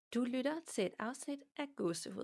Du lytter til et afsnit af Gåsehud.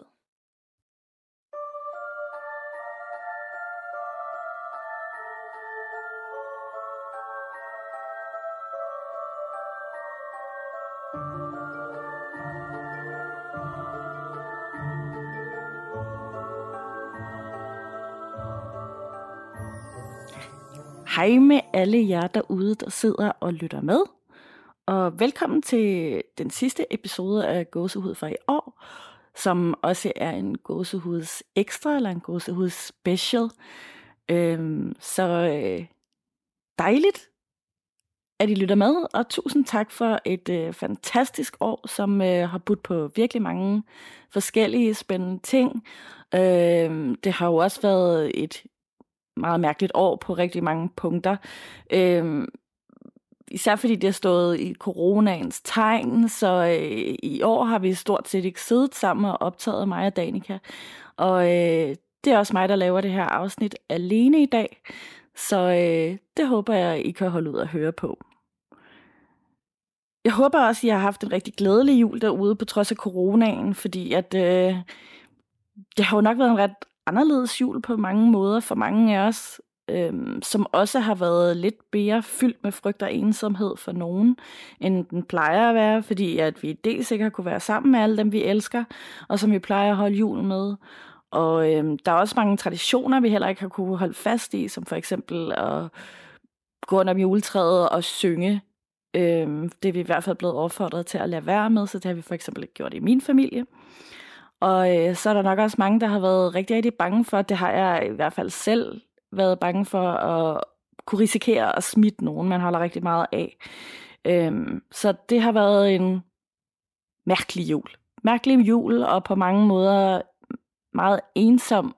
Hej med alle jer derude, der sidder og lytter med. Og velkommen til den sidste episode af Gåsehud for i år, som også er en Gåsehuds ekstra eller en Gåsehuds special. Så dejligt, at I lytter med, og tusind tak for et fantastisk år, som har budt på virkelig mange forskellige spændende ting. Det har jo også været et meget mærkeligt år på rigtig mange punkter. Især fordi det har stået i coronaens tegn, så i år har vi stort set ikke siddet sammen og optaget mig og Danika. Og det er også mig, der laver det her afsnit alene i dag. Så det håber jeg, I kan holde ud og høre på. Jeg håber også, I har haft en rigtig glædelig jul derude på trods af coronaen, fordi at det har jo nok været en ret anderledes jul på mange måder for mange af os, som også har været lidt mere fyldt med frygt og ensomhed for nogen, end den plejer at være, fordi at vi dels ikke har kunne være sammen med alle dem, vi elsker, og som vi plejer at holde jul med. Og der er også mange traditioner, vi heller ikke har kunne holde fast i, som for eksempel at gå under juletræet og synge. Det er vi i hvert fald blevet opfordret til at lade være med, så det har vi for eksempel ikke gjort i min familie. Og så er der nok også mange, der har været rigtig, rigtig bange for, det har jeg i hvert fald selv været bange for at kunne risikere at smitte nogen, man holder rigtig meget af. Så det har været en mærkelig jul. Mærkelig jul, og på mange måder meget ensom.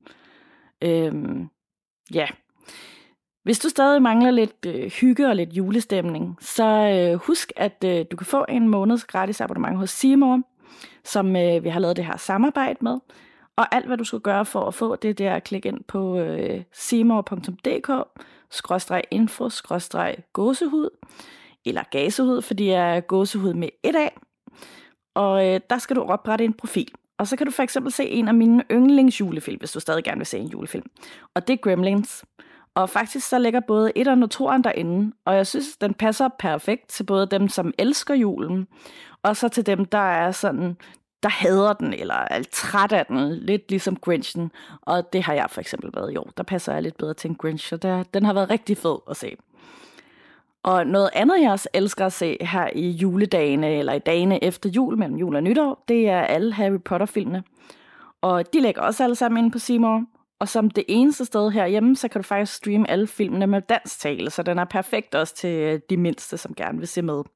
Ja. Hvis du stadig mangler lidt hygge og lidt julestemning, så husk, at du kan få en måneds gratis abonnement hos C More, som vi har lavet det her samarbejde med. Og alt, hvad du skal gøre for at få det, det er at klikke ind på cmore.dk/info/gåsehud, eller gasehud, fordi jeg er gåsehud med et af. Og der skal du oprette en profil. Og så kan du for eksempel se en af mine yndlingsjulefilm, hvis du stadig gerne vil se en julefilm. Og det er Gremlins. Og faktisk så ligger både 1'eren og 2'eren derinde, og jeg synes, den passer perfekt til både dem, som elsker julen, og så til dem, der er sådan, der hader den, eller er træt af den, lidt ligesom Grinchen. Og det har jeg for eksempel været i år. Der passer jeg lidt bedre til en Grinch, så den har været rigtig fed at se. Og noget andet, jeg også elsker at se her i juledagene, eller i dagene efter jul, mellem jul og nytår, det er alle Harry Potter-filmene. Og de ligger også alle sammen inde på C More. Og som det eneste sted herhjemme, så kan du faktisk streame alle filmene med dansk tale, så den er perfekt også til de mindste, som gerne vil se med.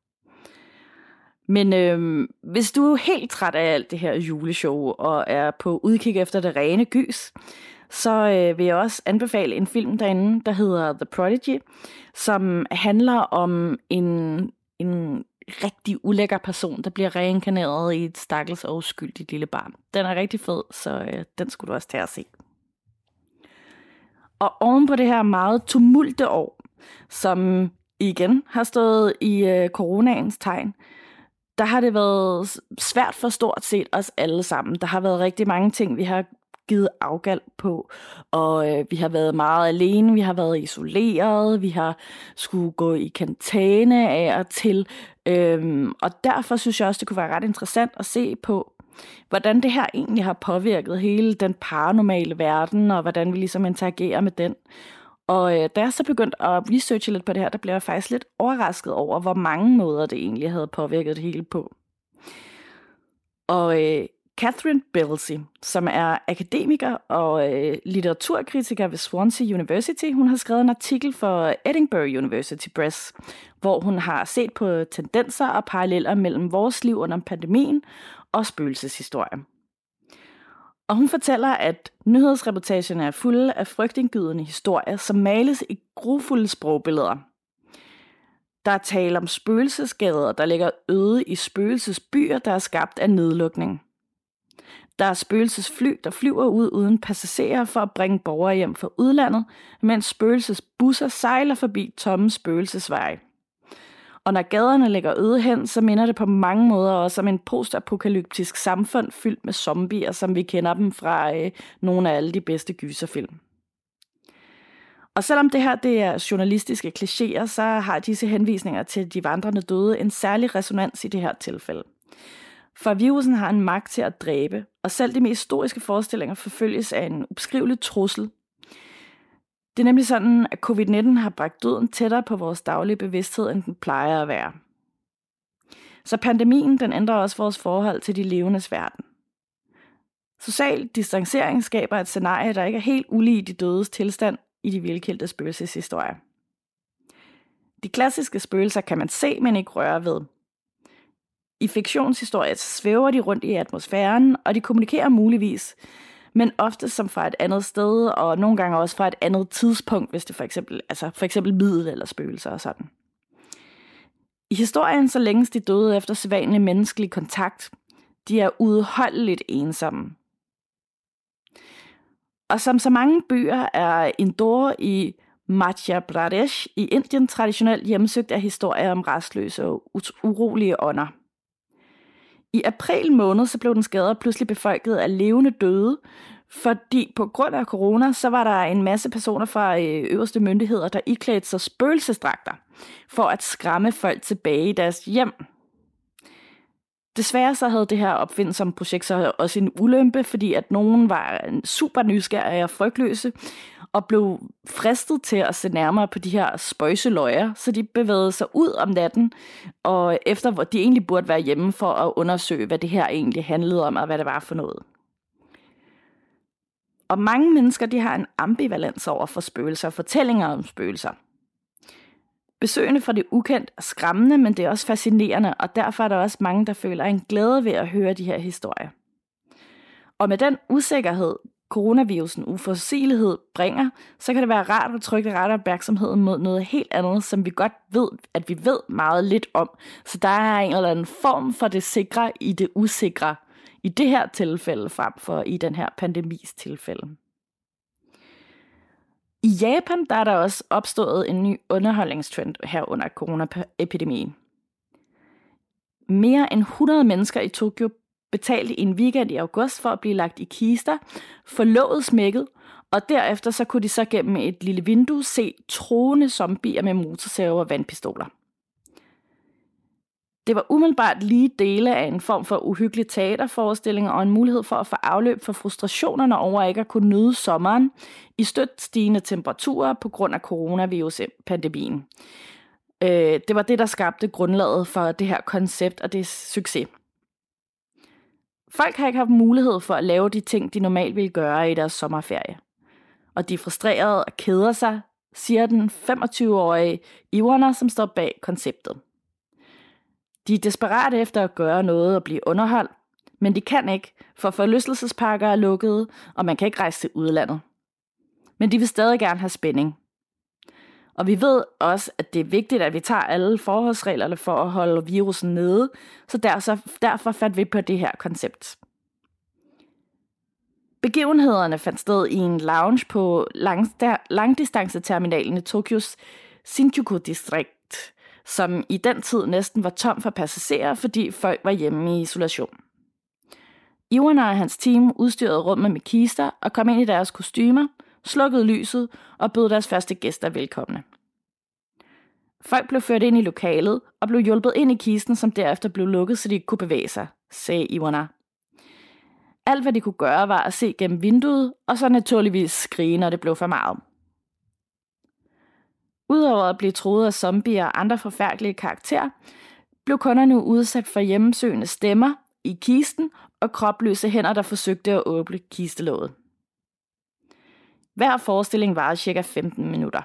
Men hvis du er helt træt af alt det her juleshow, og er på udkig efter det rene gys, så vil jeg også anbefale en film derinde, der hedder The Prodigy, som handler om en rigtig ulækker person, der bliver reinkarneret i et stakkels og uskyldigt lille barn. Den er rigtig fed, så den skulle du også tage at se. Og oven på det her meget tumulte år, som igen har stået i coronaens tegn, der har det været svært for stort set os alle sammen. Der har været rigtig mange ting, vi har givet afkald på, og vi har været meget alene, vi har været isoleret, vi har skulle gå i karantæne af og til, og derfor synes jeg også, det kunne være ret interessant at se på, hvordan det her egentlig har påvirket hele den paranormale verden, og hvordan vi ligesom interagerer med den. Og da jeg så begyndte at researche lidt på det her, der blev jeg faktisk lidt overrasket over, hvor mange måder det egentlig havde påvirket det hele på. Og Catherine Belsey, som er akademiker og litteraturkritiker ved Swansea University, hun har skrevet en artikel for Edinburgh University Press, hvor hun har set på tendenser og paralleller mellem vores liv under pandemien og spøgelseshistorie. Og hun fortæller, at nyhedsreportagerne er fulde af frygtindgydende historier, som males i grufulde sprogbilleder. Der er tale om spøgelsesgader, der ligger øde i spøgelsesbyer, der er skabt af nedlukning. Der er spøgelsesfly, der flyver ud uden passagerer for at bringe borgere hjem fra udlandet, mens spøgelsesbusser sejler forbi tomme spøgelsesveje. Og når gaderne ligger øde hen, så minder det på mange måder også om en postapokalyptisk samfund fyldt med zombier, som vi kender dem fra nogle af alle de bedste gyserfilm. Og selvom det her det er journalistiske klichéer, så har disse henvisninger til de vandrende døde en særlig resonans i det her tilfælde. For virusen har en magt til at dræbe, og selv de mest historiske forestillinger forfølges af en ubeskrivelig trussel. Det er nemlig sådan, at covid-19 har bragt døden tættere på vores daglige bevidsthed, end den plejer at være. Så pandemien den ændrer også vores forhold til de levendes verden. Social distancering skaber et scenarie, der ikke er helt ulig de dødes tilstand i de velkendte spøgelseshistorier. De klassiske spøgelser kan man se, men ikke røre ved. I fiktionshistorier svæver de rundt i atmosfæren, og de kommunikerer muligvis, men ofte som fra et andet sted, og nogle gange også fra et andet tidspunkt, hvis det for eksempel middel eller spøgelser og sådan. I historien så længes de døde efter sædvanlig menneskelig kontakt. De er udholdeligt ensomme. Og som så mange byer er Indore i Madhya Pradesh i Indien traditionelt hjemsøgt af historier om rastløse og urolige ånder. I april måned så blev den skade pludselig befolket af levende døde, fordi på grund af corona, så var der en masse personer fra øverste myndigheder, der iklædte sig spøgelsesdragter for at skræmme folk tilbage i deres hjem. Desværre så havde det her opfindsomme projekt så også en ulempe, fordi at nogen var super nysgerrige og frygtløse, og blev fristet til at se nærmere på de her spøjseløjer, så de bevægede sig ud om natten, og efter hvor de egentlig burde være hjemme for at undersøge, hvad det her egentlig handlede om, og hvad det var for noget. Og mange mennesker de har en ambivalens over for spøgelser og fortællinger om spøgelser. Besøgende fra det ukendt er skræmmende, men det er også fascinerende, og derfor er der også mange, der føler en glæde ved at høre de her historier. Og med den usikkerhed, coronavirusen uforudsigelighed bringer, så kan det være rart at trykke ret opmærksomheden mod noget helt andet, som vi godt ved, at vi ved meget lidt om. Så der er en eller anden form for det sikre i det usikre, i det her tilfælde frem for i den her pandemis tilfælde. I Japan der er der også opstået en ny underholdningstrend her under coronaepidemien. Mere end 100 mennesker i Tokyo betalte i en weekend i august for at blive lagt i kister, få låget smækket, og derefter så kunne de så gennem et lille vindue se truende zombier med motorsaver og vandpistoler. Det var umiddelbart lige dele af en form for uhyggelig teaterforestilling og en mulighed for at få afløb for frustrationerne over ikke at kunne nyde sommeren i støt stigende temperaturer på grund af coronavirus-pandemien. Det var det, der skabte grundlaget for det her koncept, og det er succes. Folk har ikke haft mulighed for at lave de ting, de normalt ville gøre i deres sommerferie. Og de er frustrerede og keder sig, siger den 25-årige Ivana, som står bag konceptet. De er desperate efter at gøre noget og blive underholdt, men de kan ikke, for forlystelsesparker er lukkede, og man kan ikke rejse til udlandet. Men de vil stadig gerne have spænding. Og vi ved også, at det er vigtigt, at vi tager alle forholdsreglerne for at holde virusen nede, så derfor fandt vi på det her koncept. Begivenhederne fandt sted i en lounge på langdistanceterminalen i Tokyos Shinjuku-distrikt, som i den tid næsten var tom for passagerer, fordi folk var hjemme i isolation. Ivana og hans team udstyrede rummet med kister og kom ind i deres kostymer, slukkede lyset og bød deres første gæster velkomne. Folk blev ført ind i lokalet og blev hjulpet ind i kisten, som derefter blev lukket, så de ikke kunne bevæge sig, sagde Ivana. Alt hvad de kunne gøre var at se gennem vinduet, og så naturligvis skrige, når det blev for meget. Udover at blive truet af zombier og andre forfærdelige karakterer, blev kunderne udsat for hjemmesøgende stemmer i kisten og kropløse hænder, der forsøgte at åbne kistelåget. Hver forestilling varede cirka 15 minutter.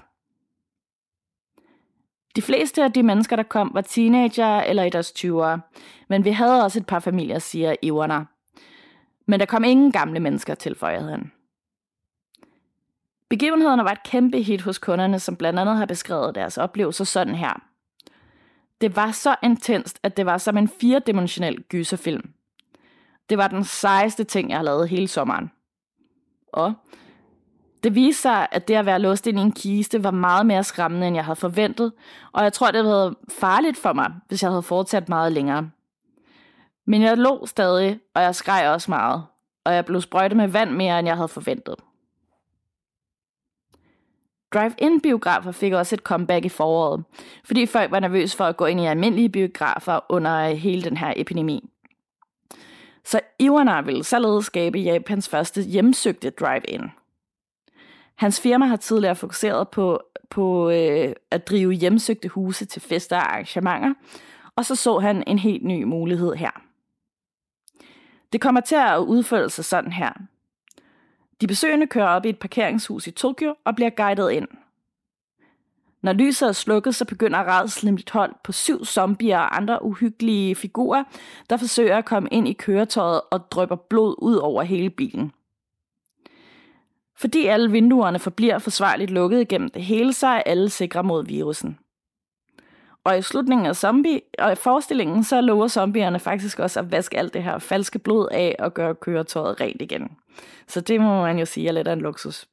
De fleste af de mennesker, der kom, var teenagere eller i deres 20'ere, men vi havde også et par familier, siger Ivana. Men der kom ingen gamle mennesker, tilføjede han. Begivenhederne var et kæmpe hit hos kunderne, som blandt andet har beskrevet deres oplevelser sådan her. Det var så intenst, at det var som en 4-dimensionel gyserfilm. Det var den sejeste ting, jeg har lavet hele sommeren. Og Det viste sig, at det at være låst ind i en kiste var meget mere skræmmende, end jeg havde forventet, og jeg tror, det havde været farligt for mig, hvis jeg havde fortsat meget længere. Men jeg lå stadig, og jeg skreg også meget, og jeg blev sprøjtet med vand mere, end jeg havde forventet. Drive-in-biografer fik også et comeback i foråret, fordi folk var nervøse for at gå ind i almindelige biografer under hele den her epidemi. Så Iwanaar ville således skabe Japans første hjemsøgte drive-in. Hans firma har tidligere fokuseret på at drive hjemsøgte huse til fester og arrangementer, og så han en helt ny mulighed her. Det kommer til at udfolde sig sådan her. De besøgende kører op i et parkeringshus i Tokyo og bliver guidet ind. Når lyset er slukket, så begynder rædslen et hold på 7 zombier og andre uhyggelige figurer, der forsøger at komme ind i køretøjet og drypper blod ud over hele bilen. Fordi alle vinduerne forbliver forsvarligt lukket igennem det hele, så er alle sikre mod virusen. Og i slutningen af forestillingen, så lover zombierne faktisk også at vaske alt det her falske blod af og gøre køretøjet rent igen. Så det må man jo sige er lidt af en luksus.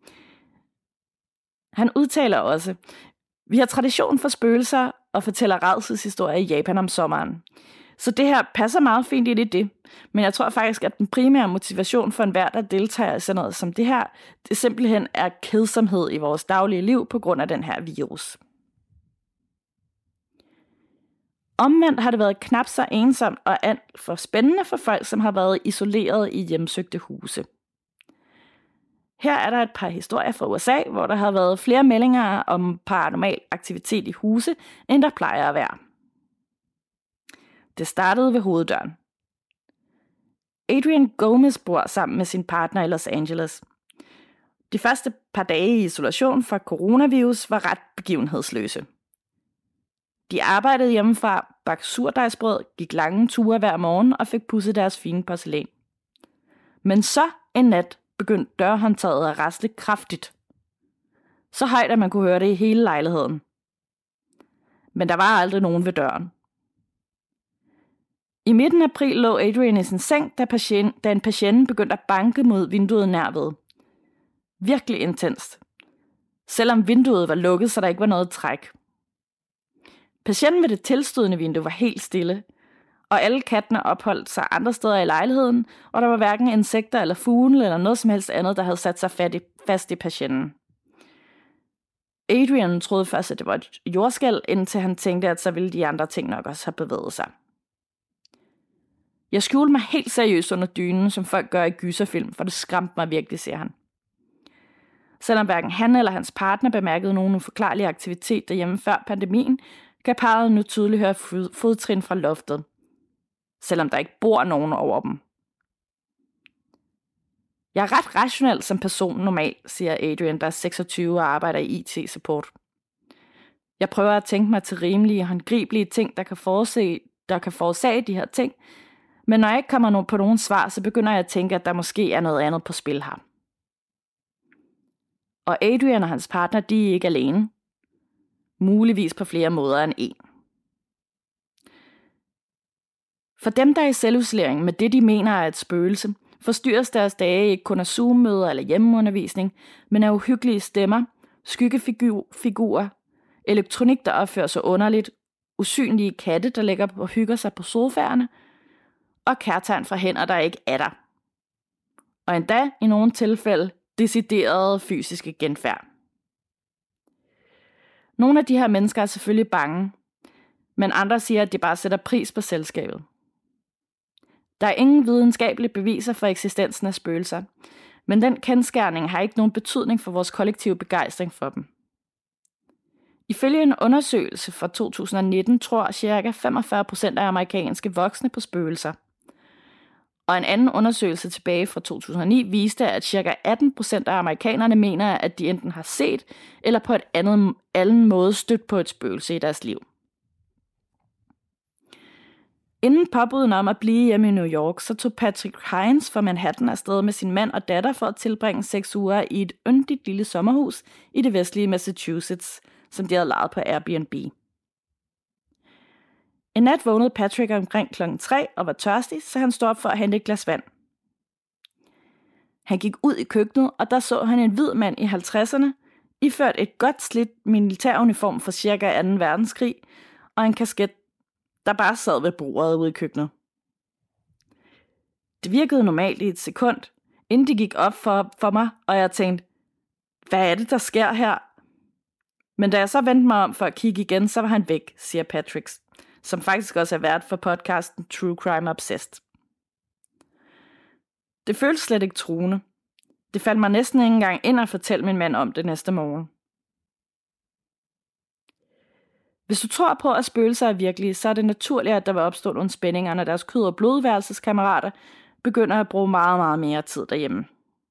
Han udtaler også, vi har tradition for spøgelser og fortæller rædselshistorier i Japan om sommeren. Så det her passer meget fint ind i det, men jeg tror faktisk, at den primære motivation for enhver, der deltager i sådan noget som det her, det simpelthen er kedsomhed i vores daglige liv på grund af den her virus. Omvendt har det været knap så ensomt og alt for spændende for folk, som har været isoleret i hjemsøgte huse. Her er der et par historier fra USA, hvor der har været flere meldinger om paranormal aktivitet i huse, end der plejer at være. Det startede ved hoveddøren. Adrian Gomez bor sammen med sin partner i Los Angeles. De første par dage i isolation fra coronavirus var ret begivenhedsløse. De arbejdede hjemmefra, bagte surdejsbrød, gik lange ture hver morgen og fik pudset deres fine porcelæn. Men så en nat begyndte dørhåndtaget at rasle kraftigt. Så højt, at man kunne høre det i hele lejligheden. Men der var aldrig nogen ved døren. I midten af april lå Adrian i sin seng, da en patient begyndte at banke mod vinduet nærved. Virkelig intenst. Selvom vinduet var lukket, så der ikke var noget træk. Patienten ved det tilstødende vindue var helt stille, og alle kattene opholdt sig andre steder i lejligheden, og der var hverken insekter eller fugle eller noget som helst andet, der havde sat sig fast i patienten. Adrian troede først, at det var et jordskælv, indtil han tænkte, at så ville de andre ting nok også have bevæget sig. Jeg skjulte mig helt seriøst under dynen, som folk gør i gyserfilm, for det skræmte mig virkelig, siger han. Selvom hverken han eller hans partner bemærkede nogen uforklarlig aktivitet derhjemme før pandemien, kan parret nu tydeligt høre fodtrin fra loftet, selvom der ikke bor nogen over dem. Jeg er ret rationel som person normalt, siger Adrian, der er 26 og arbejder i IT-support. Jeg prøver at tænke mig til rimelige og håndgribelige ting, der kan forårsage de her ting, men når jeg ikke kommer på nogen svar, så begynder jeg at tænke, at der måske er noget andet på spil her. Og Adrian og hans partner, de er ikke alene. Muligvis på flere måder end en. For dem, der er i selvisolering med det, de mener er et spøgelse, forstyrres deres dage ikke kun af Zoom-møder eller hjemmeundervisning, men af uhyggelige stemmer, skyggefigurer, elektronik, der opfører sig underligt, usynlige katte, der ligger og hygger sig på sofaerne, og kærtegn fra hænder, der ikke er der. Og endda i nogle tilfælde deciderede fysiske genfærd. Nogle af de her mennesker er selvfølgelig bange, men andre siger, at de bare sætter pris på selskabet. Der er ingen videnskabelige beviser for eksistensen af spøgelser, men den kendsgerning har ikke nogen betydning for vores kollektive begejstring for dem. Ifølge en undersøgelse fra 2019 tror ca. 45% af amerikanske voksne på spøgelser. Og en anden undersøgelse tilbage fra 2009 viste, at ca. 18% af amerikanerne mener, at de enten har set eller på et anden måde stødt på et spøgelse i deres liv. Inden påbuden om at blive hjemme i New York, så tog Patrick Hines fra Manhattan afsted med sin mand og datter for at tilbringe 6 uger i et yndigt lille sommerhus i det vestlige Massachusetts, som de havde lejet på Airbnb. En nat vågnede Patrick omkring 3:00 og var tørstig, så han stod op for at hente et glas vand. Han gik ud i køkkenet, og der så han en hvid mand i 50'erne, iført et godt slidt militæruniform fra cirka 2. verdenskrig, og en kasket, der bare sad ved bordet ude i køkkenet. Det virkede normalt i et sekund, inden det gik op for mig, og jeg tænkte, hvad er det, der sker her? Men da jeg så vendte mig om for at kigge igen, så var han væk, siger Patrick, som faktisk også er vært for podcasten True Crime Obsessed. Det føltes slet ikke truende. Det faldt mig næsten ikke engang ind at fortælle min mand om det næste morgen. Hvis du tror på, at spøgelser er virkelige, så er det naturligt, at der vil opstå nogle spændinger, når deres kød- og blodværelseskammerater begynder at bruge meget, meget mere tid derhjemme.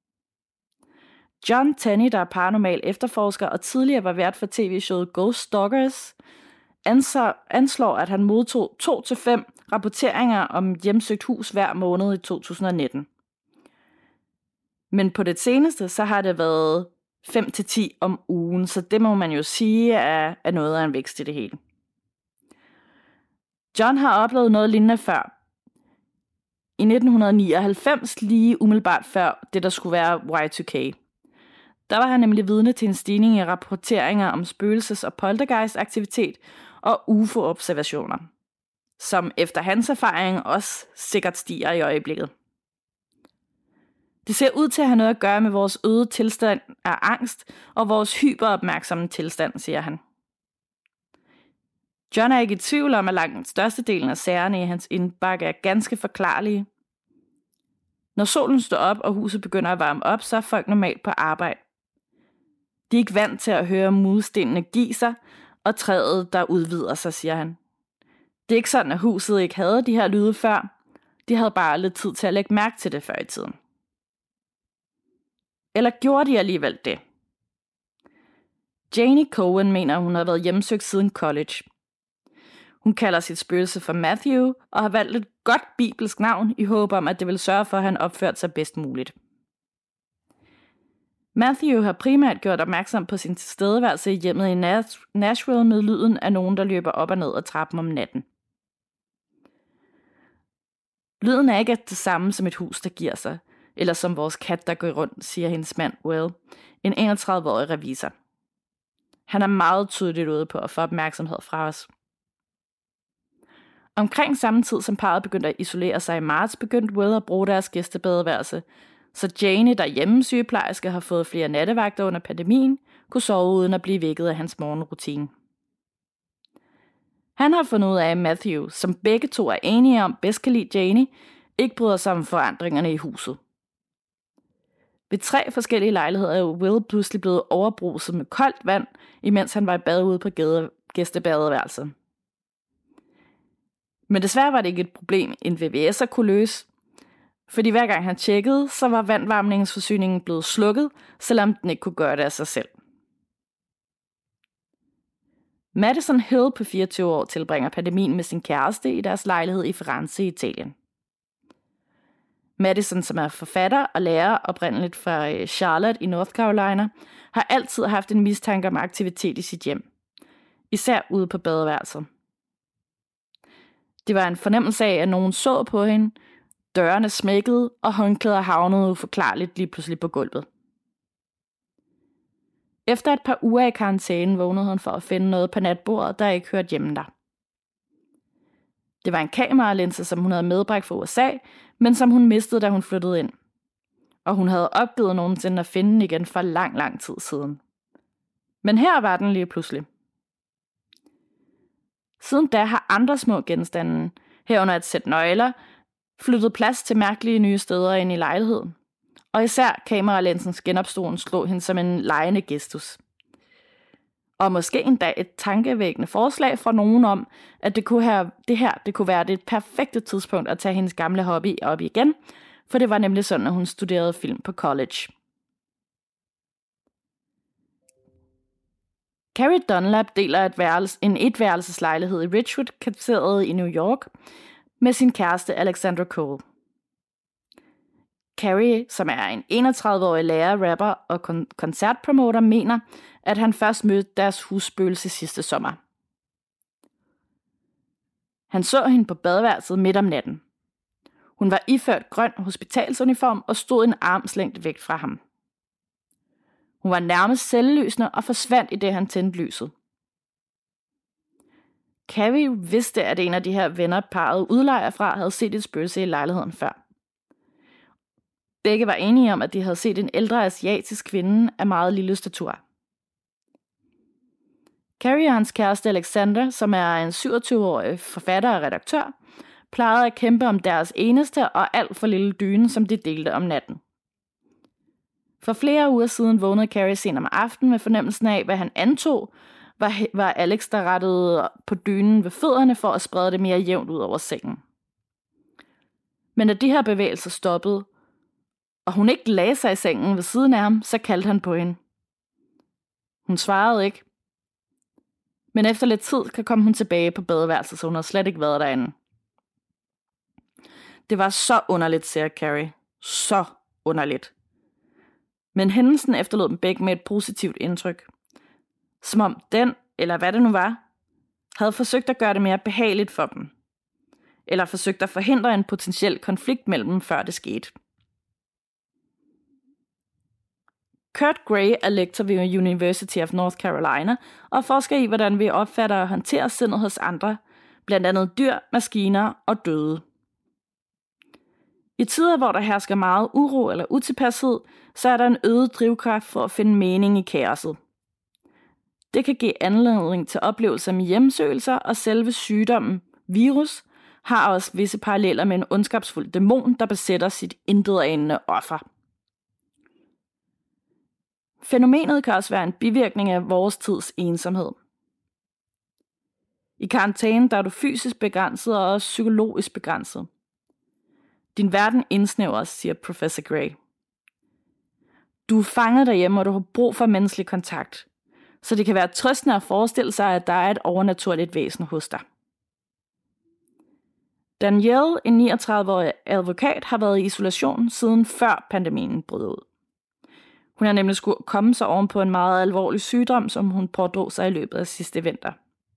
John Tenney, der er paranormal efterforsker og tidligere var vært for tv-showet Ghost Stalkers, anslår, at han modtog 2-5 rapporteringer om hjemsøgt hus hver måned i 2019. Men på det seneste, så har det været 5-10 om ugen, så det må man jo sige er noget af en vækst i det hele. John har oplevet noget lignende før. I 1999, lige umiddelbart før det, der skulle være Y2K. Der var han nemlig vidne til en stigning i rapporteringer om spøgelses- og poltergeist-aktivitet og UFO-observationer, som efter hans erfaring også sikkert stiger i øjeblikket. Det ser ud til at have noget at gøre med vores øgede tilstand af angst og vores hyperopmærksomme tilstand, siger han. John er ikke i tvivl om, at langt størstedelen af sagerne i hans indbakke er ganske forklarlige. Når solen står op, og huset begynder at varme op, så er folk normalt på arbejde. De er ikke vant til at høre murstenene give sig, og træet, der udvider sig, siger han. Det er ikke sådan, at huset ikke havde de her lyde før. De havde bare lidt tid til at lægge mærke til det før i tiden. Eller gjorde de alligevel det? Janie Cohen mener, hun har været hjemsøgt siden college. Hun kalder sit spøgelse for Matthew, og har valgt et godt bibelsk navn i håb om, at det vil sørge for, at han opførte sig bedst muligt. Matthew har primært gjort opmærksom på sin tilstedeværelse i hjemmet i Nashville med lyden af nogen, der løber op og ned ad trappen om natten. Lyden er ikke det samme som et hus, der giver sig, eller som vores kat, der går rundt, siger hendes mand Will, en 31-årig revisor. Han er meget tydeligt ude på at få opmærksomhed fra os. Omkring samme tid, som parret begyndte at isolere sig i marts, begyndte Will at bruge deres gæstebadeværelse, så Janie, der hjemmesygeplejerske har fået flere nattevagter under pandemien, kunne sove uden at blive vækket af hans morgenrutine. Han har fundet ud af, at Matthew, som begge to er enige om bedst kan lide Janie, ikke bryder sig om forandringerne i huset. Ved 3 forskellige lejligheder er Will pludselig blevet overbruset med koldt vand, imens han var i bad ude på gæstebadeværelset. Men desværre var det ikke et problem, en VVS'er kunne løse, fordi hver gang han tjekkede, så var vandvarmningsforsyningen blevet slukket, selvom den ikke kunne gøre det af sig selv. Madison Hill på 24 år tilbringer pandemien med sin kæreste i deres lejlighed i Firenze i Italien. Madison, som er forfatter og lærer oprindeligt fra Charlotte i North Carolina, har altid haft en mistanke om aktivitet i sit hjem, især ude på badeværelset. Det var en fornemmelse af, at nogen så på hende, dørene smækkede, og håndklæder havnede uforklarligt lige pludselig på gulvet. Efter et par uger i karantæne vågnede hun for at finde noget på natbordet, der ikke hørte hjemme der. Det var en kameralinse, som hun havde medbragt fra USA, men som hun mistede, da hun flyttede ind. Og hun havde opgivet nogensinde at finde den igen for lang, lang tid siden. Men her var den lige pludselig. Siden da har andre små genstande, herunder et sæt nøgler, flyttet plads til mærkelige nye steder ind i lejligheden. Og især kameralinsens genopståen slog hende som en legende gestus. Og måske endda et tankevækkende forslag fra nogen om, at det kunne være det perfekte tidspunkt at tage hendes gamle hobby op igen, for det var nemlig sådan, at hun studerede film på college. Carrie Dunlap deler en etværelseslejlighed i Ridgewood-kvarteret i New York med sin kæreste Alexandra Cole. Carrie, som er en 31-årig lærer, rapper og koncertpromoter, mener, at han først mødte deres husspøgelse sidste sommer. Han så hende på badeværelset midt om natten. Hun var iført grøn hospitalsuniform og stod en armslængde væk fra ham. Hun var nærmest selvlysende og forsvandt i det, han tændte lyset. Carrie vidste, at en af de her venner, parret udlejer fra, havde set et spøgelse i lejligheden før. Begge var enige om, at de havde set en ældre asiatisk kvinde af meget lille statur. Carrie og hans kæreste Alexander, som er en 27-årig forfatter og redaktør, plejede at kæmpe om deres eneste og alt for lille dyne, som de delte om natten. For flere uger siden vågnede Carrie sent om aftenen med fornemmelsen af, hvad han antog, var Alex, der rettede på dynen ved fødderne for at sprede det mere jævnt ud over sengen. Men da de her bevægelser stoppede, og hun ikke lagde sig i sengen ved siden af ham, så kaldte han på hende. Hun svarede ikke. Men efter lidt tid kom hun tilbage på badeværelset, så hun havde slet ikke været derinde. Det var så underligt, siger Carrie. Så underligt. Men hændelsen efterlod dem begge med et positivt indtryk. Som om den, eller hvad det nu var, havde forsøgt at gøre det mere behageligt for dem. Eller forsøgt at forhindre en potentiel konflikt mellem dem, før det skete. Kurt Gray er lektor ved University of North Carolina og forsker i, hvordan vi opfatter og håndterer sindet hos andre, blandt andet dyr, maskiner og døde. I tider, hvor der hersker meget uro eller utilpashed, så er der en øget drivkraft for at finde mening i kaoset. Det kan give anledning til oplevelser med hjemsøgelser, og selve sygdommen, virus, har også visse paralleller med en ondskabsfuld dæmon, der besætter sit intetanende offer. Fænomenet kan også være en bivirkning af vores tids ensomhed. I karantæne der er du fysisk begrænset og også psykologisk begrænset. Din verden indsnævres, siger Professor Gray. Du er fanget derhjemme, og du har brug for menneskelig kontakt, så det kan være trøstende at forestille sig, at der er et overnaturligt væsen hos dig. Danielle, en 39-årig advokat, har været i isolation siden før pandemien brød ud. Hun har nemlig skulle komme sig oven på en meget alvorlig sygdom, som hun pådrog sig i løbet af sidste vinter.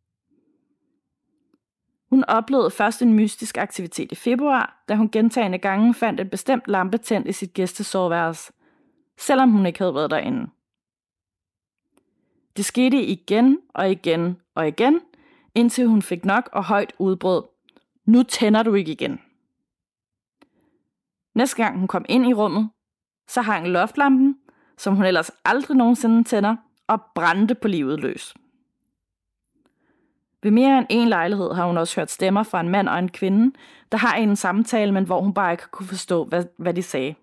Hun oplevede først en mystisk aktivitet i februar, da hun gentagne gange fandt et bestemt lampe tændt i sit gæstesoveværelse, selvom hun ikke havde været derinde. Det skete igen og igen og igen, indtil hun fik nok og højt udbrød. Nu tænder du ikke igen. Næste gang hun kom ind i rummet, så hang loftlampen, som hun ellers aldrig nogensinde tænder, og brændte på livet løs. Ved mere end en lejlighed har hun også hørt stemmer fra en mand og en kvinde, der har en samtale, men hvor hun bare ikke kunne forstå, hvad de sagde.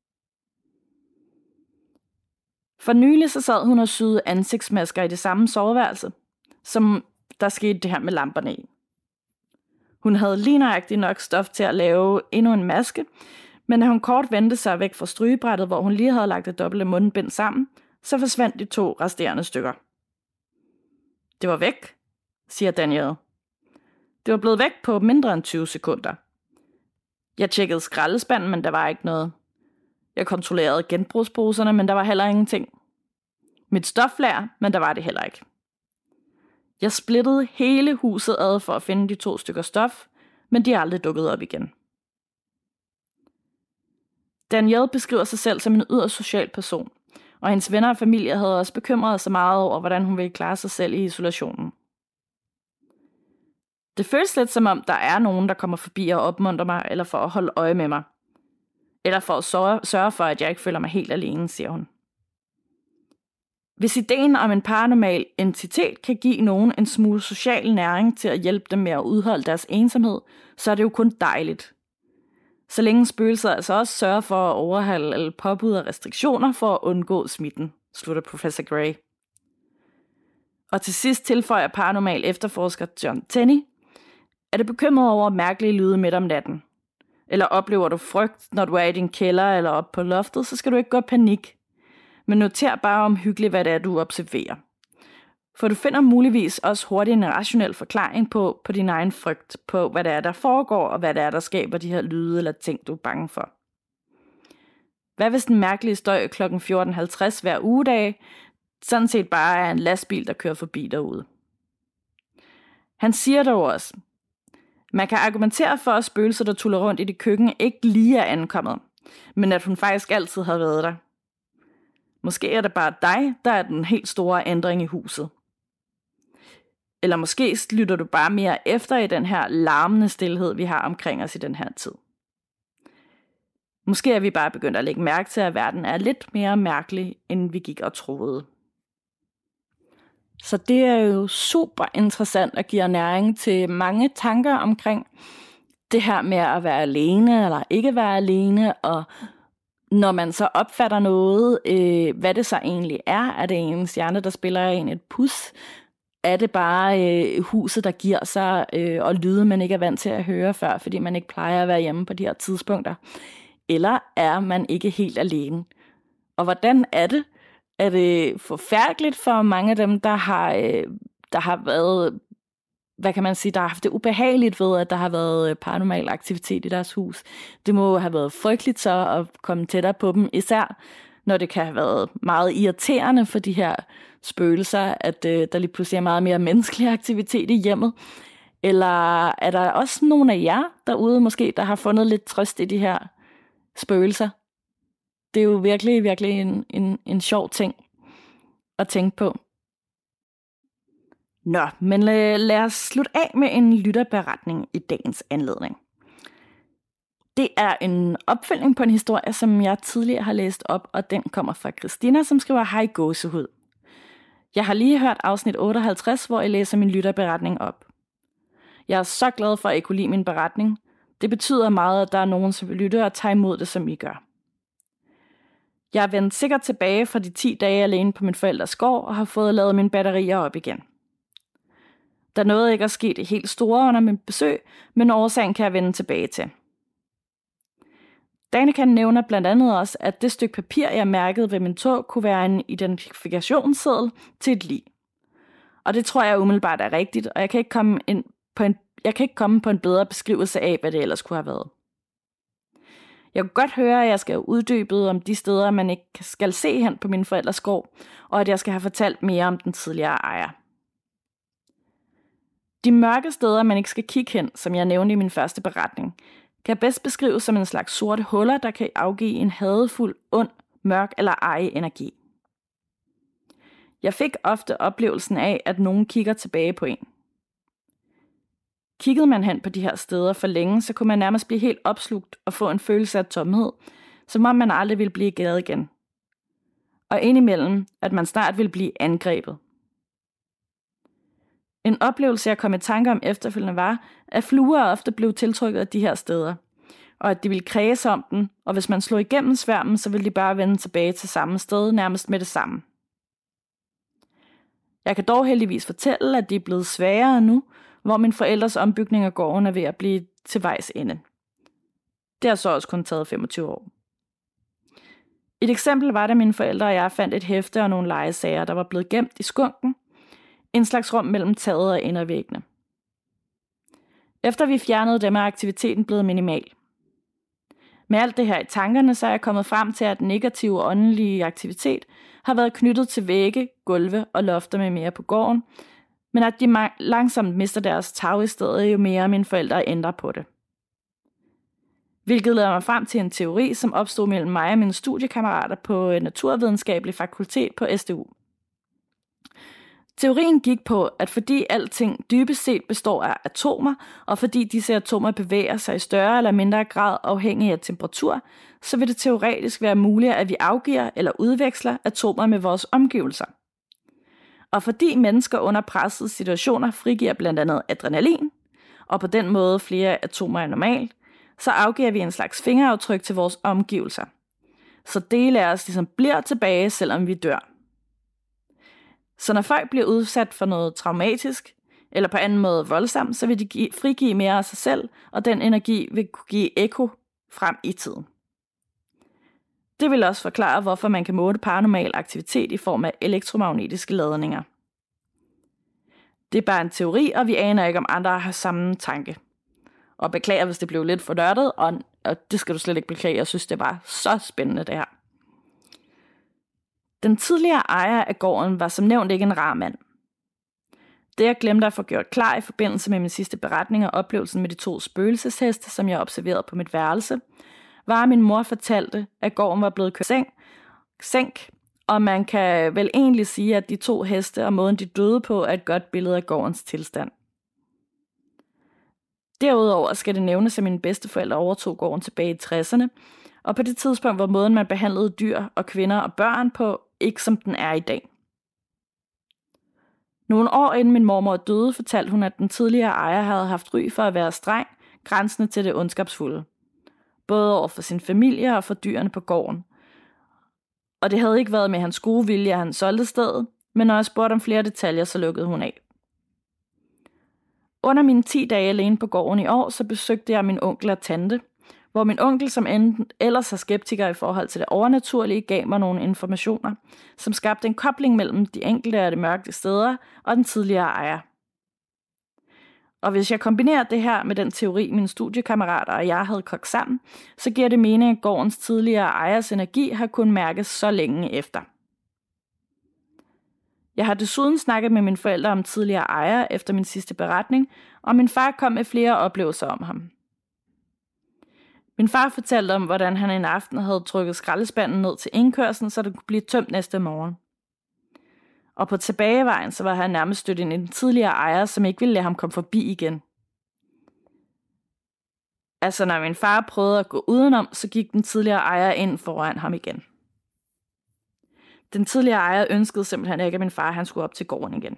For nylig så sad hun og syede ansigtsmasker i det samme soveværelse, som der skete det her med lamperne i. Hun havde lige nøjagtigt nok stof til at lave endnu en maske, men da hun kort vendte sig væk fra strygebrættet, hvor hun lige havde lagt det dobbelte mundbind sammen, så forsvandt de 2 resterende stykker. Det var væk, siger Danielle. Det var blevet væk på mindre end 20 sekunder. Jeg tjekkede skraldespanden, men der var ikke noget. Jeg kontrollerede genbrugsposerne, men der var heller ingenting. Mit stoflager, men der var det heller ikke. Jeg splittede hele huset ad for at finde de 2 stykker stof, men de er aldrig dukket op igen. Danielle beskriver sig selv som en yderst social person, og hendes venner og familie havde også bekymret sig meget over, hvordan hun ville klare sig selv i isolationen. Det føles lidt som om, der er nogen, der kommer forbi og opmuntrer mig, eller for at holde øje med mig. Eller for at sørge for, at jeg ikke føler mig helt alene, siger hun. Hvis ideen om en paranormal entitet kan give nogen en smule social næring til at hjælpe dem med at udholde deres ensomhed, så er det jo kun dejligt. Så længe spøgelser altså også sørger for at overholde eller påbud og restriktioner for at undgå smitten, slutter Professor Gray. Og til sidst tilføjer paranormal efterforsker John Tenney, er du bekymret over mærkelige lyde midt om natten? Eller oplever du frygt, når du er i din kælder eller oppe på loftet, så skal du ikke gå i panik. Men noter bare omhyggeligt, hvad det er, du observerer. For du finder muligvis også hurtigt en rationel forklaring på din egen frygt, på hvad det er, der foregår, og hvad det er, der skaber de her lyde eller ting, du er bange for. Hvad hvis den mærkelige støj kl. 14.50 hver ugedag sådan set bare er en lastbil, der kører forbi derude? Han siger dog også, Man kan argumentere for, at spøgelser, der tuller rundt i det køkken, ikke lige er ankommet, men at hun faktisk altid har været der. Måske er det bare dig, der er den helt store ændring i huset. Eller måske lytter du bare mere efter i den her larmende stilhed, vi har omkring os i den her tid. Måske er vi bare begyndt at lægge mærke til, at verden er lidt mere mærkelig, end vi gik og troede. Så det er jo super interessant og giver næring til mange tanker omkring det her med at være alene eller ikke være alene, og når man så opfatter noget, hvad det så egentlig er. Er det ens hjerne, der spiller en et pus? Er det bare huset, der giver sig, og lyde, man ikke er vant til at høre før, fordi man ikke plejer at være hjemme på de her tidspunkter? Eller er man ikke helt alene? Og hvordan er det? Er det forfærdeligt for mange af dem, der har været, hvad kan man sige, der har haft det ubehageligt ved, at der har været paranormal aktivitet i deres hus? Det må have været frygteligt så at komme tættere på dem, især når det kan have været meget irriterende for de her spøgelser, at der lige pludselig er meget mere menneskelig aktivitet i hjemmet. Eller er der også nogle af jer derude måske, der har fundet lidt trøst i de her spøgelser? Det er jo virkelig, virkelig en sjov ting at tænke på. Nå, men lad os slutte af med en lytterberetning i dagens anledning. Det er en opfølgning på en historie, som jeg tidligere har læst op, og den kommer fra Christina, som skriver: Hej gåsehud. Jeg har lige hørt afsnit 58, hvor jeg læser min lytterberetning op. Jeg er så glad for, at I kunne lide min beretning. Det betyder meget, at der er nogen, som vil lytte og tage imod det, som I gør. Jeg er vendt sikkert tilbage fra de 10 dage alene på min forældres gård og har fået lavet mine batterier op igen. Der nåede ikke at ske det helt store under min besøg, men årsagen kan jeg vende tilbage til. Danica nævner blandt andet også, at det stykke papir, jeg mærkede ved min tog, kunne være en identifikationsseddel til et lig. Og det tror jeg umiddelbart er rigtigt, og jeg kan ikke komme på en bedre beskrivelse af, hvad det ellers kunne have været. Jeg kunne godt høre, at jeg skal uddybet om de steder, man ikke skal se hen på min forældres gård, og at jeg skal have fortalt mere om den tidligere ejer. De mørke steder, man ikke skal kigge hen, som jeg nævnte i min første beretning, kan bedst beskrives som en slags sorte huller, der kan afgive en hadefuld, ond, mørk eller ej energi. Jeg fik ofte oplevelsen af, at nogen kigger tilbage på en. Kiggede man hen på de her steder for længe, så kunne man nærmest blive helt opslugt og få en følelse af tomhed, som om man aldrig ville blive glad igen. Og indimellem, at man snart ville blive angrebet. En oplevelse, jeg kom i tanke om efterfølgende, var, at fluer ofte blev tiltrykket af de her steder, og at de ville kredse om den, og hvis man slog igennem sværmen, så ville de bare vende tilbage til samme sted, nærmest med det samme. Jeg kan dog heldigvis fortælle, at de er blevet sværere nu, hvor min forældres ombygning af gården er ved at blive til vejs ende. Det har så også kun taget 25 år. Et eksempel var, da mine forældre og jeg fandt et hæfte og nogle legesager, der var blevet gemt i skunken, en slags rum mellem taget og indervæggene. Efter vi fjernede dem, er aktiviteten blevet minimal. Med alt det her i tankerne, så er jeg kommet frem til, at negativ og åndelige aktivitet har været knyttet til vægge, gulve og lofter med mere på gården, men at de langsomt mister deres tag i stedet, jo mere mine forældre ændrer på det. Hvilket leder mig frem til en teori, som opstod mellem mig og mine studiekammerater på Naturvidenskabelig Fakultet på SDU. Teorien gik på, at fordi alting dybest set består af atomer, og fordi disse atomer bevæger sig i større eller mindre grad afhængig af temperatur, så vil det teoretisk være muligt, at vi afgiver eller udveksler atomer med vores omgivelser. Og fordi mennesker under pressede situationer frigiver blandt andet adrenalin, og på den måde flere atomer end normalt, så afgiver vi en slags fingeraftryk til vores omgivelser. Så dele af os ligesom bliver tilbage, selvom vi dør. Så når folk bliver udsat for noget traumatisk, eller på anden måde voldsomt, så vil de frigive mere af sig selv, og den energi vil kunne give ekko frem i tiden. Det vil også forklare, hvorfor man kan måle paranormal aktivitet i form af elektromagnetiske ladninger. Det er bare en teori, og vi aner ikke, om andre har samme tanke. Og beklager, hvis det blev lidt for nørdet, og det skal du slet ikke beklage. Jeg synes, det var så spændende, det her. Den tidligere ejer af gården var som nævnt ikke en rar mand. Det jeg glemte at få gjort klar i forbindelse med min sidste beretning og oplevelsen med de 2 spøgelsesheste, som jeg observerede på mit værelse, var, at min mor fortalte, at gården var blevet kørt sænk, og man kan vel egentlig sige, at de 2 heste og måden de døde på er et godt billede af gårdens tilstand. Derudover skal det nævnes, at mine bedsteforældre overtog gården tilbage i 60'erne, og på det tidspunkt var måden, man behandlede dyr og kvinder og børn på, ikke som den er i dag. Nogle år inden min mormor døde, fortalte hun, at den tidligere ejer havde haft ry for at være streng, grænsende til det ondskabsfulde. Både over for sin familie og for dyrene på gården. Og det havde ikke været med hans gode vilje, at han solgte stedet, men når jeg spurgte om flere detaljer, så lukkede hun af. Under mine 10 dage alene på gården i år, så besøgte jeg min onkel og tante, hvor min onkel, som ellers er skeptiker i forhold til det overnaturlige, gav mig nogle informationer, som skabte en kobling mellem de enkelte af de mørke steder og den tidligere ejer. Og hvis jeg kombinerer det her med den teori, mine studiekammerater og jeg havde kogt sammen, så giver det mening, at gårdens tidligere ejers energi har kunnet mærkes så længe efter. Jeg har desuden snakket med mine forældre om tidligere ejer efter min sidste beretning, og min far kom med flere oplevelser om ham. Min far fortalte om, hvordan han en aften havde trykket skraldespanden ned til indkørslen, så det kunne blive tømt næste morgen. Og på tilbagevejen, så var han nærmest stødt ind i den tidligere ejer, som ikke ville lade ham komme forbi igen. Altså, når min far prøvede at gå udenom, så gik den tidligere ejer ind foran ham igen. Den tidligere ejer ønskede simpelthen ikke, at min far han skulle op til gården igen.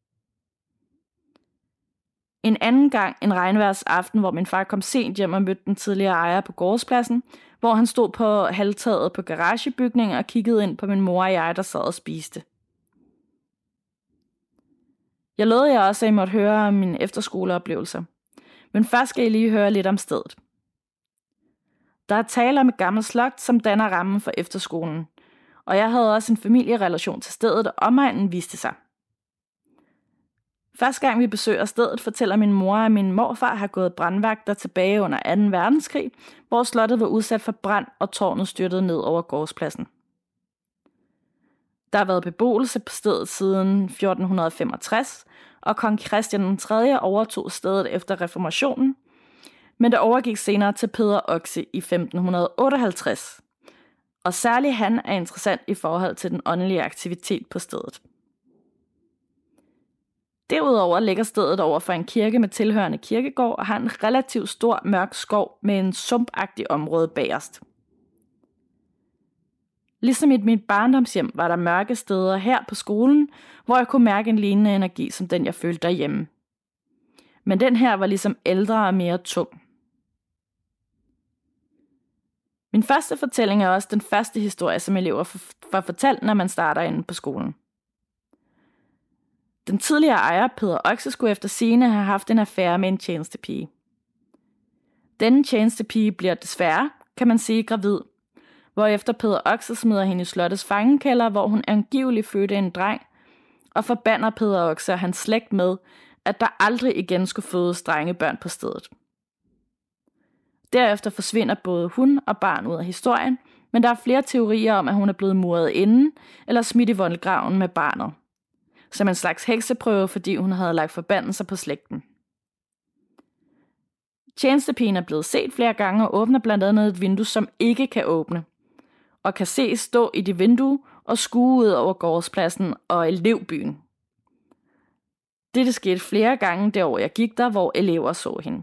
En anden gang en regnværsaften, hvor min far kom sent hjem og mødte den tidligere ejer på gårdspladsen, hvor han stod på halvtaget på garagebygningen og kiggede ind på min mor og jeg, der sad og spiste. Jeg lovede jer også, at I måtte høre om mine efterskoleoplevelser. Men først skal I lige høre lidt om stedet. Der er tale om et gammelt slot, som danner rammen for efterskolen. Og jeg havde også en familierelation til stedet, og omegnen viste sig. Første gang vi besøger stedet, fortæller min mor, at min morfar har gået brandvagter tilbage under 2. verdenskrig, hvor slottet var udsat for brand, og tårnet styrtede ned over gårdspladsen. Der har været beboelse på stedet siden 1465, og kong Christian 3. overtog stedet efter reformationen, men det overgik senere til Peder Oxe i 1558. Og særligt han er interessant i forhold til den åndelige aktivitet på stedet. Derudover ligger stedet over for en kirke med tilhørende kirkegård og har en relativt stor mørk skov med en sumpagtig område bagerst. Ligesom i mit barndomshjem var der mørke steder her på skolen, hvor jeg kunne mærke en lignende energi som den jeg følte derhjemme. Men den her var ligesom ældre og mere tung. Min første fortælling er også den første historie, som elever får fortalt, når man starter inde på skolen. Den tidligere ejer, Peder Oxe, skulle efter sigende have haft en affære med en tjenestepige. Denne tjenestepige bliver desværre, kan man sige, gravid, hvorefter Peder Oxe smider hende i slottets fangekælder, hvor hun angiveligt fødte en dreng, og forbander Peder Oxe og hans slægt med, at der aldrig igen skulle fødes drengebørn på stedet. Derefter forsvinder både hun og barn ud af historien, men der er flere teorier om, at hun er blevet muret inden eller smidt i voldgraven med barnet. Som en slags hekseprøve, fordi hun havde lagt forbandelser på slægten. Tjenestepigen er blevet set flere gange og åbner blandt andet et vindue, som ikke kan åbne, og kan ses stå i det vindue og skue ud over gårdspladsen og elevbyen. Dette skete flere gange det år, jeg gik der, hvor elever så hende.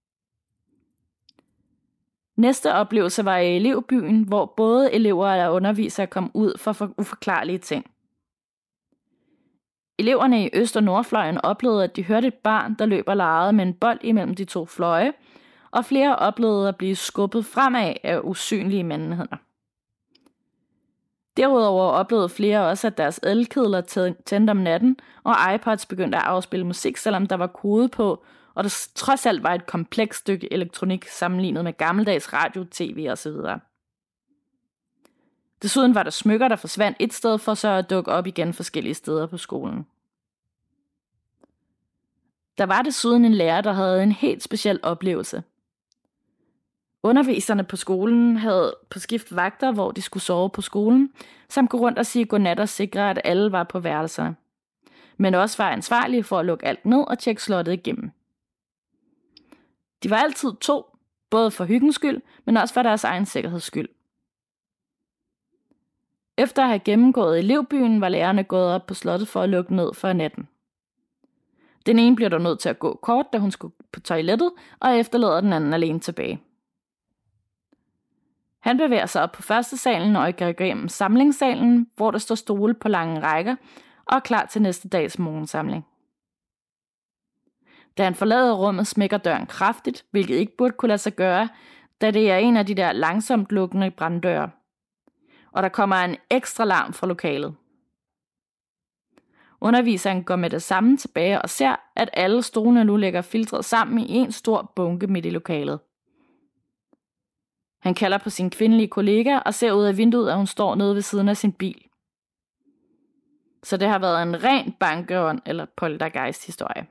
Næste oplevelse var i elevbyen, hvor både elever og undervisere kom ud for uforklarlige ting. Eleverne i Øst- og Nordfløjen oplevede, at de hørte et barn, der løb og legede med en bold imellem de 2 fløje, og flere oplevede at blive skubbet fremad af usynlige mandehænder. Derudover oplevede flere også, at deres elkedler tændte om natten, og iPods begyndte at afspille musik, selvom der var kode på, og der trods alt var et komplekst stykke elektronik sammenlignet med gammeldags radio, tv osv. Desuden var der smykker, der forsvandt et sted for så at dukke op igen forskellige steder på skolen. Der var desuden en lærer, der havde en helt speciel oplevelse. Underviserne på skolen havde på skift vagter, hvor de skulle sove på skolen, samt gå rundt og sige godnat og sikre, at alle var på værelserne. men også var ansvarlige for at lukke alt ned og tjekke slottet igennem. De var altid 2, både for hyggens skyld, men også for deres egen sikkerheds skyld. Efter at have gennemgået elevbyen, var lærerne gået op på slottet for at lukke ned for natten. Den ene bliver dog nødt til at gå kort, da hun skulle på toilettet, og efterlader den anden alene tilbage. Han bevæger sig op på første salen og går igennem samlingssalen, hvor der står stole på lange rækker, og er klar til næste dags morgensamling. Da han forlader rummet, smækker døren kraftigt, hvilket ikke burde kunne lade sig gøre, da det er en af de der langsomt lukkende branddøre. Og der kommer en ekstra larm fra lokalet. Underviseren går med det samme tilbage og ser, at alle stolene nu ligger filtreret sammen i en stor bunke midt i lokalet. Han kalder på sin kvindelige kollega og ser ud af vinduet, at hun står nede ved siden af sin bil. Så det har været en ren bankeånd eller poltergeist-historie.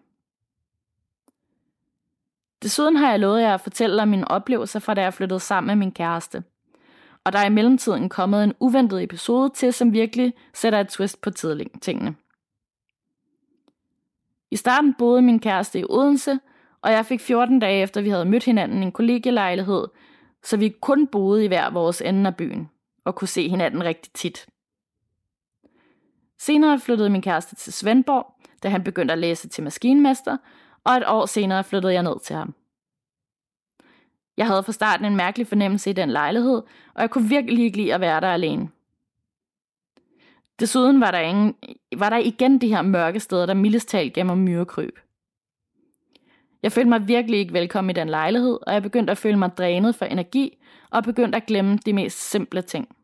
Desuden har jeg lovet jer at fortælle om mine oplevelser fra da jeg flyttede sammen med min kæreste. Og der er i mellemtiden kommet en uventet episode til, som virkelig sætter et twist på tingene. I starten boede min kæreste i Odense, og jeg fik 14 dage efter vi havde mødt hinanden i en kollegielejlighed, så vi kun boede i hver vores ende af byen og kunne se hinanden rigtig tit. Senere flyttede min kæreste til Svendborg, da han begyndte at læse til maskinmester, og et år senere flyttede jeg ned til ham. Jeg havde fra starten en mærkelig fornemmelse i den lejlighed, og jeg kunne virkelig ikke lide at være der alene. Desuden var der igen de her mørke steder, der mildest talt gemmer myrekryb. Jeg følte mig virkelig ikke velkommen i den lejlighed, og jeg begyndte at føle mig drænet for energi, og begyndte at glemme de mest simple ting.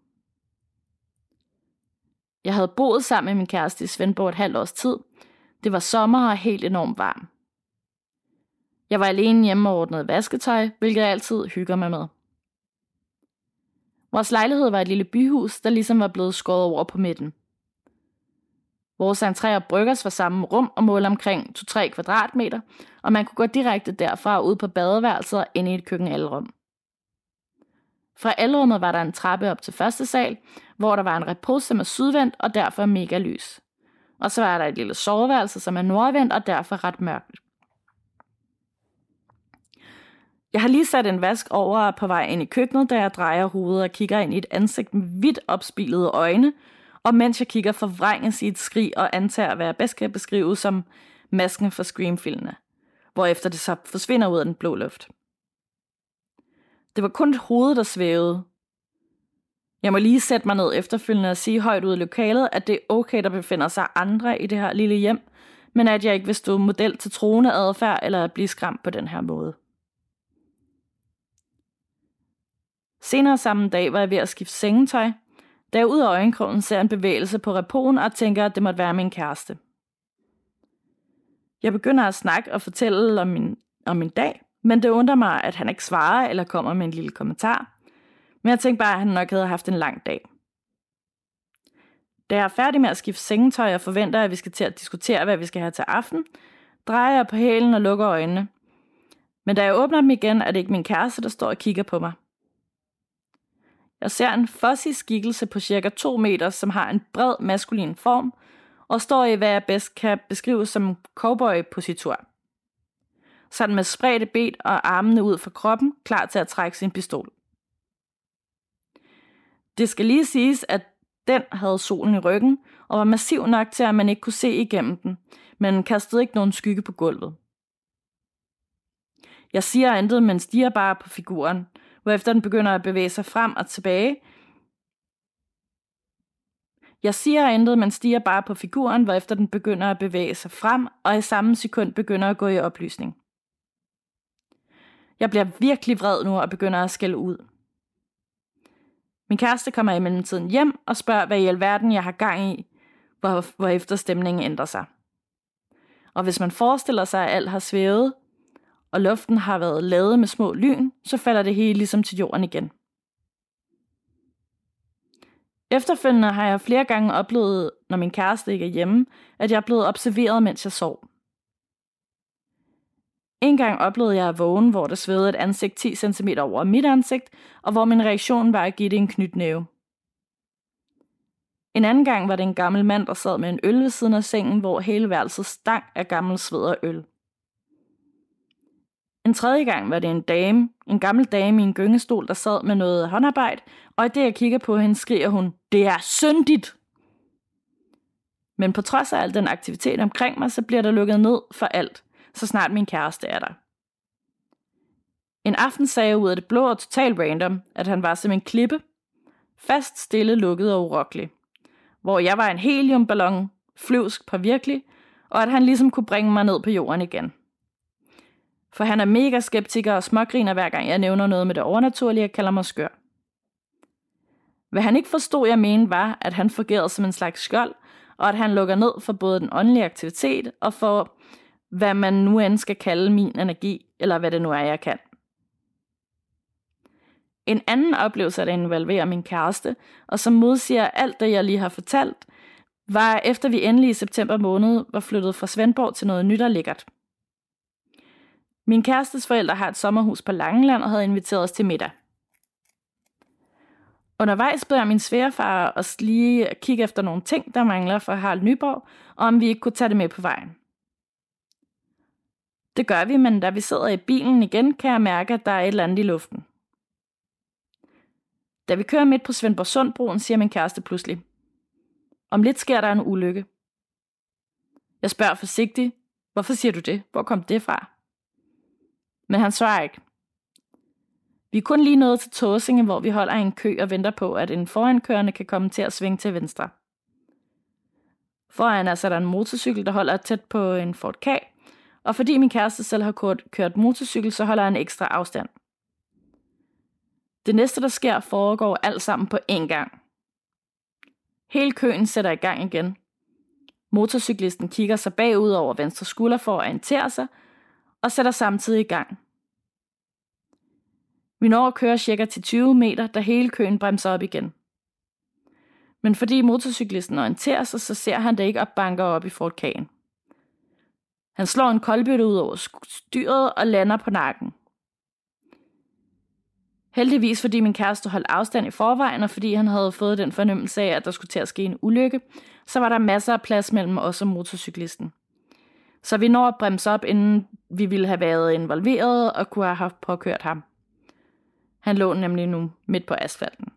Jeg havde boet sammen med min kæreste i Svendborg et halvt års tid. Det var sommer og helt enormt varmt. Jeg var alene hjemme og ordnede vasketøj, hvilket jeg altid hygger mig med. Vores lejlighed var et lille byhus, der ligesom var blevet skåret over på midten. Vores entré og bryggers var samme rum og målte omkring 2-3 kvadratmeter, og man kunne gå direkte derfra ud på badeværelset og ind i et køkkenalrum. Fra alrummet var der en trappe op til første sal, hvor der var en repos, som er sydvendt og derfor mega lys. Og så var der et lille soveværelse, som er nordvendt og derfor ret mørkt. Jeg har lige sat en vask over på vej ind i køkkenet, da jeg drejer hovedet og kigger ind i et ansigt med vidt opspilede øjne, og mens jeg kigger forvrænges i et skrig og antager, hvad jeg bedst kan beskrive som masken for Scream-filmene, hvorefter det så forsvinder ud af den blå luft. Det var kun et hoved, der svævede. Jeg må lige sætte mig ned efterfølgende og sige højt ud i lokalet, at det er okay, der befinder sig andre i det her lille hjem, men at jeg ikke vil stå model til troende adfærd eller at blive skræmt på den her måde. Senere samme dag var jeg ved at skifte sengetøj, da jeg ud af øjenkrogen ser en bevægelse på repoen og tænker, at det måtte være min kæreste. Jeg begynder at snakke og fortælle om min dag, men det undrer mig, at han ikke svarer eller kommer med en lille kommentar. Men jeg tænkte bare, at han nok havde haft en lang dag. Da jeg er færdig med at skifte sengetøj og forventer, at vi skal til at diskutere, hvad vi skal have til aften, drejer jeg på hælen og lukker øjnene. Men da jeg åbner dem igen, er det ikke min kæreste, der står og kigger på mig. Jeg ser en fuzzy skikkelse på cirka 2 meter, som har en bred maskulin form, og står i, hvad jeg bedst kan beskrive som cowboy-positur. Sådan med spredte ben og armene ud fra kroppen, klar til at trække sin pistol. Det skal lige siges, at den havde solen i ryggen, og var massiv nok til, at man ikke kunne se igennem den, men kastede ikke nogen skygge på gulvet. Jeg siger intet, men stiger bare på figuren, hvorefter den begynder at bevæge sig frem og tilbage. Jeg siger intet, men stiger bare på figuren, hvorefter den begynder at bevæge sig frem, og i samme sekund begynder at gå i oplysning. Jeg bliver virkelig vred nu og begynder at skælde ud. Min kæreste kommer i mellemtiden hjem og spørger, hvad i alverden jeg har gang i, hvorefter stemningen ændrer sig. Og hvis man forestiller sig, at alt har svævet, og luften har været ladet med små lyn, så falder det hele ligesom til jorden igen. Efterfølgende har jeg flere gange oplevet, når min kæreste ikke er hjemme, at jeg er blevet observeret, mens jeg sov. En gang oplevede jeg at vågne, hvor der svævede et ansigt 10 cm over mit ansigt, og hvor min reaktion var at give det en knytnæve. En anden gang var det en gammel mand, der sad med en øl ved siden af sengen, hvor hele værelset stank af gammel sved og øl. En tredje gang var det en gammel dame i en gyngestol, der sad med noget håndarbejde, og i det jeg kigger på hende, skriger hun, "Det er syndigt!" Men på trods af al den aktivitet omkring mig, så bliver der lukket ned for alt, så snart min kæreste er der. En aften sagde jeg ud af det blå og totalt random, at han var som en klippe, fast, stille, lukket og urokkelig, hvor jeg var en heliumballon, flyvsk på virkelig, og at han ligesom kunne bringe mig ned på jorden igen. For han er mega skeptiker og smågriner hver gang jeg nævner noget med det overnaturlige og kalder mig skør. Hvad han ikke forstod, jeg mente, var, at han fungerede som en slags skjold, og at han lukker ned for både den åndelige aktivitet og for, hvad man nu end skal kalde min energi, eller hvad det nu er, jeg kan. En anden oplevelse, der involverer min kæreste, og som modsiger alt det, jeg lige har fortalt, var efter vi endelig i september måned var flyttet fra Svendborg til noget nyt og lækkert. Min kærestes forældre har et sommerhus på Langeland og havde inviteret os til middag. Undervejs beder min svigerfar os lige at kigge efter nogle ting, der mangler for Harald Nyborg, og om vi ikke kunne tage det med på vejen. Det gør vi, men da vi sidder i bilen igen, kan jeg mærke, at der er et eller andet i luften. Da vi kører midt på Svendborg Sundbroen, siger min kæreste pludselig, "Om lidt sker der en ulykke." Jeg spørger forsigtigt, "Hvorfor siger du det? Hvor kom det fra?" Men han svarer ikke. Vi er kun lige nået til Tåsinge, hvor vi holder i en kø og venter på, at en forankørende kan komme til at svinge til venstre. Foran er der en motorcykel, der holder tæt på en Ford K, og fordi min kæreste selv har kørt motorcykel, så holder han ekstra afstand. Det næste, der sker, foregår alt sammen på én gang. Hele køen sætter i gang igen. Motorcyklisten kigger sig bagud over venstre skulder for at orientere sig, og sætter samtidig i gang. Vi når at køre cirka til 20 meter, da hele køen bremser op igen. Men fordi motorcyklisten orienterer sig, så ser han det ikke og banker op i Ford K'en. Han slår en koldbøtte ud over styret og lander på nakken. Heldigvis fordi min kæreste holdt afstand i forvejen, og fordi han havde fået den fornemmelse af, at der skulle til at ske en ulykke, så var der masser af plads mellem os og motorcyklisten. Så vi når at bremse op, inden vi ville have været involveret og kunne have haft påkørt ham. Han lå nemlig nu midt på asfalten.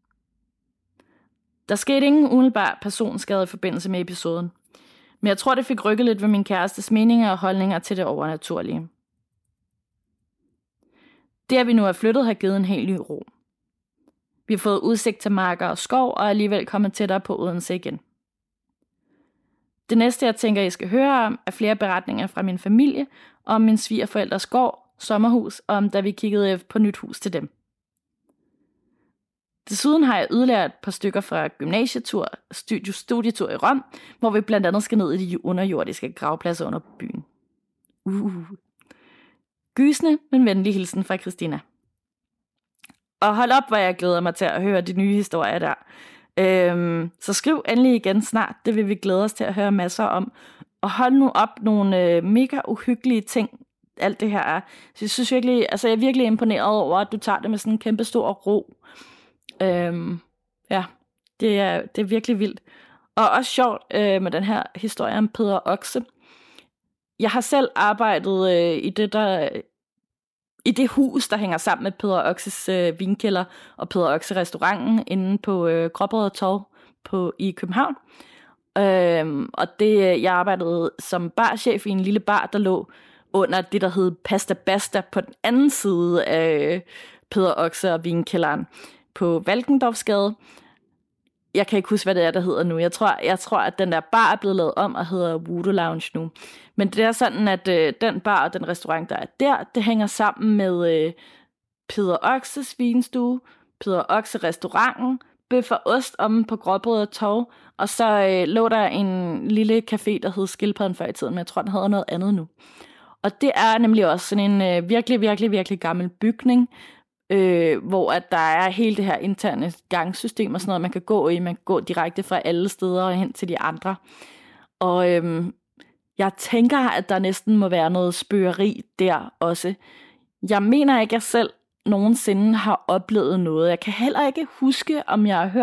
Der skete ingen umiddelbar personskade i forbindelse med episoden, men jeg tror, det fik rykket lidt ved min kærestes meninger og holdninger til det overnaturlige. Det, at vi nu er flyttet, har givet en helt ny ro. Vi har fået udsigt til marker og skov, og er alligevel kommet tættere på Odense igen. Det næste, jeg tænker, I skal høre om, er flere beretninger fra min familie, om min svigerforældres gård, sommerhus, og om da vi kiggede på nyt hus til dem. Desuden har jeg udlært et par stykker fra gymnasietur, studietur i Rom, hvor vi blandt andet skal ned i de underjordiske gravpladser under byen. Gysende, men venlig hilsen fra Christina. Og hold op, hvor jeg glæder mig til at høre de nye historier der. Så skriv endelig igen snart, det vil vi glæde os til at høre masser om. Og hold nu op nogle mega uhyggelige ting, alt det her er. Så jeg synes virkelig, altså jeg er virkelig imponeret over, at du tager det med sådan en kæmpe stor ro. Ja, det er virkelig vildt. Og også sjovt med den her historie om Peder Oxe. Jeg har selv arbejdet i det hus, der hænger sammen med Peder Oxes vinkælder og Peder Oxe restauranten inde på Gråbrødre Torv i København. Og jeg arbejdede som barchef i en lille bar, der lå under det, der hed Pasta Basta på den anden side af Peder Oxe og vinkælderen på Valkendorfsgade. Jeg kan ikke huske, hvad det er, der hedder nu. Jeg tror, at den der bar er blevet lavet om og hedder Voodoo Lounge nu. Men det er sådan, at den bar og den restaurant, der er der, det hænger sammen med Peder Oxes vinstue, Peder Oxe restauranten, bøf og ost omme på Gråbrødre Torv, og så lå der en lille café, der hed Skildpadden før i tiden, men jeg tror, den hedder noget andet nu. Og det er nemlig også sådan en virkelig, virkelig, virkelig gammel bygning, hvor at der er hele det her interne gangsystem og sådan noget, man kan gå i. Man kan gå direkte fra alle steder og hen til de andre. Og jeg tænker, at der næsten må være noget spøgeri der også. Jeg mener ikke, at jeg selv nogensinde har oplevet noget. Jeg kan heller ikke huske, om jeg har hørt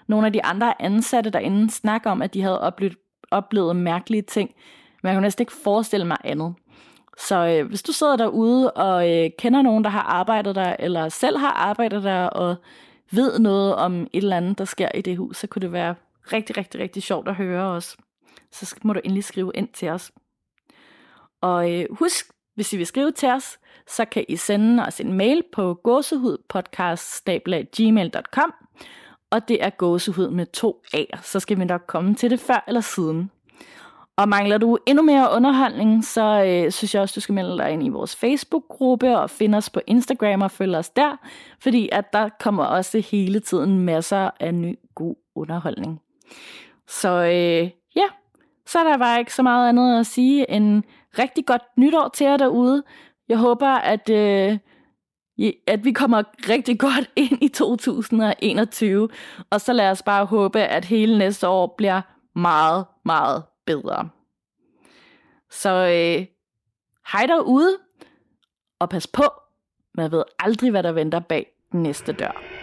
nogle af de andre ansatte derinde snakke om, at de havde oplevet mærkelige ting. Men jeg kunne næsten ikke forestille mig andet. Så hvis du sidder derude og kender nogen, der har arbejdet der, eller selv har arbejdet der, og ved noget om et eller andet, der sker i det hus, så kunne det være rigtig, rigtig, rigtig sjovt at høre os. Så må du endelig skrive ind til os. Og husk, hvis I vil skrive til os, så kan I sende os en mail på gåsehudpodcast@gmail.com, og det er gåsehud med 2 A'er. Så skal vi nok komme til det før eller siden. Og mangler du endnu mere underholdning, så synes jeg også, du skal melde dig ind i vores Facebook-gruppe og finde os på Instagram og følge os der, fordi at der kommer også hele tiden masser af ny god underholdning. Så så er der bare ikke så meget andet at sige end rigtig godt nytår til jer derude. Jeg håber, at vi kommer rigtig godt ind i 2021, og så lad os bare håbe, at hele næste år bliver meget, meget bedre. Så hej derude, og pas på, man ved aldrig, hvad der venter bag den næste dør.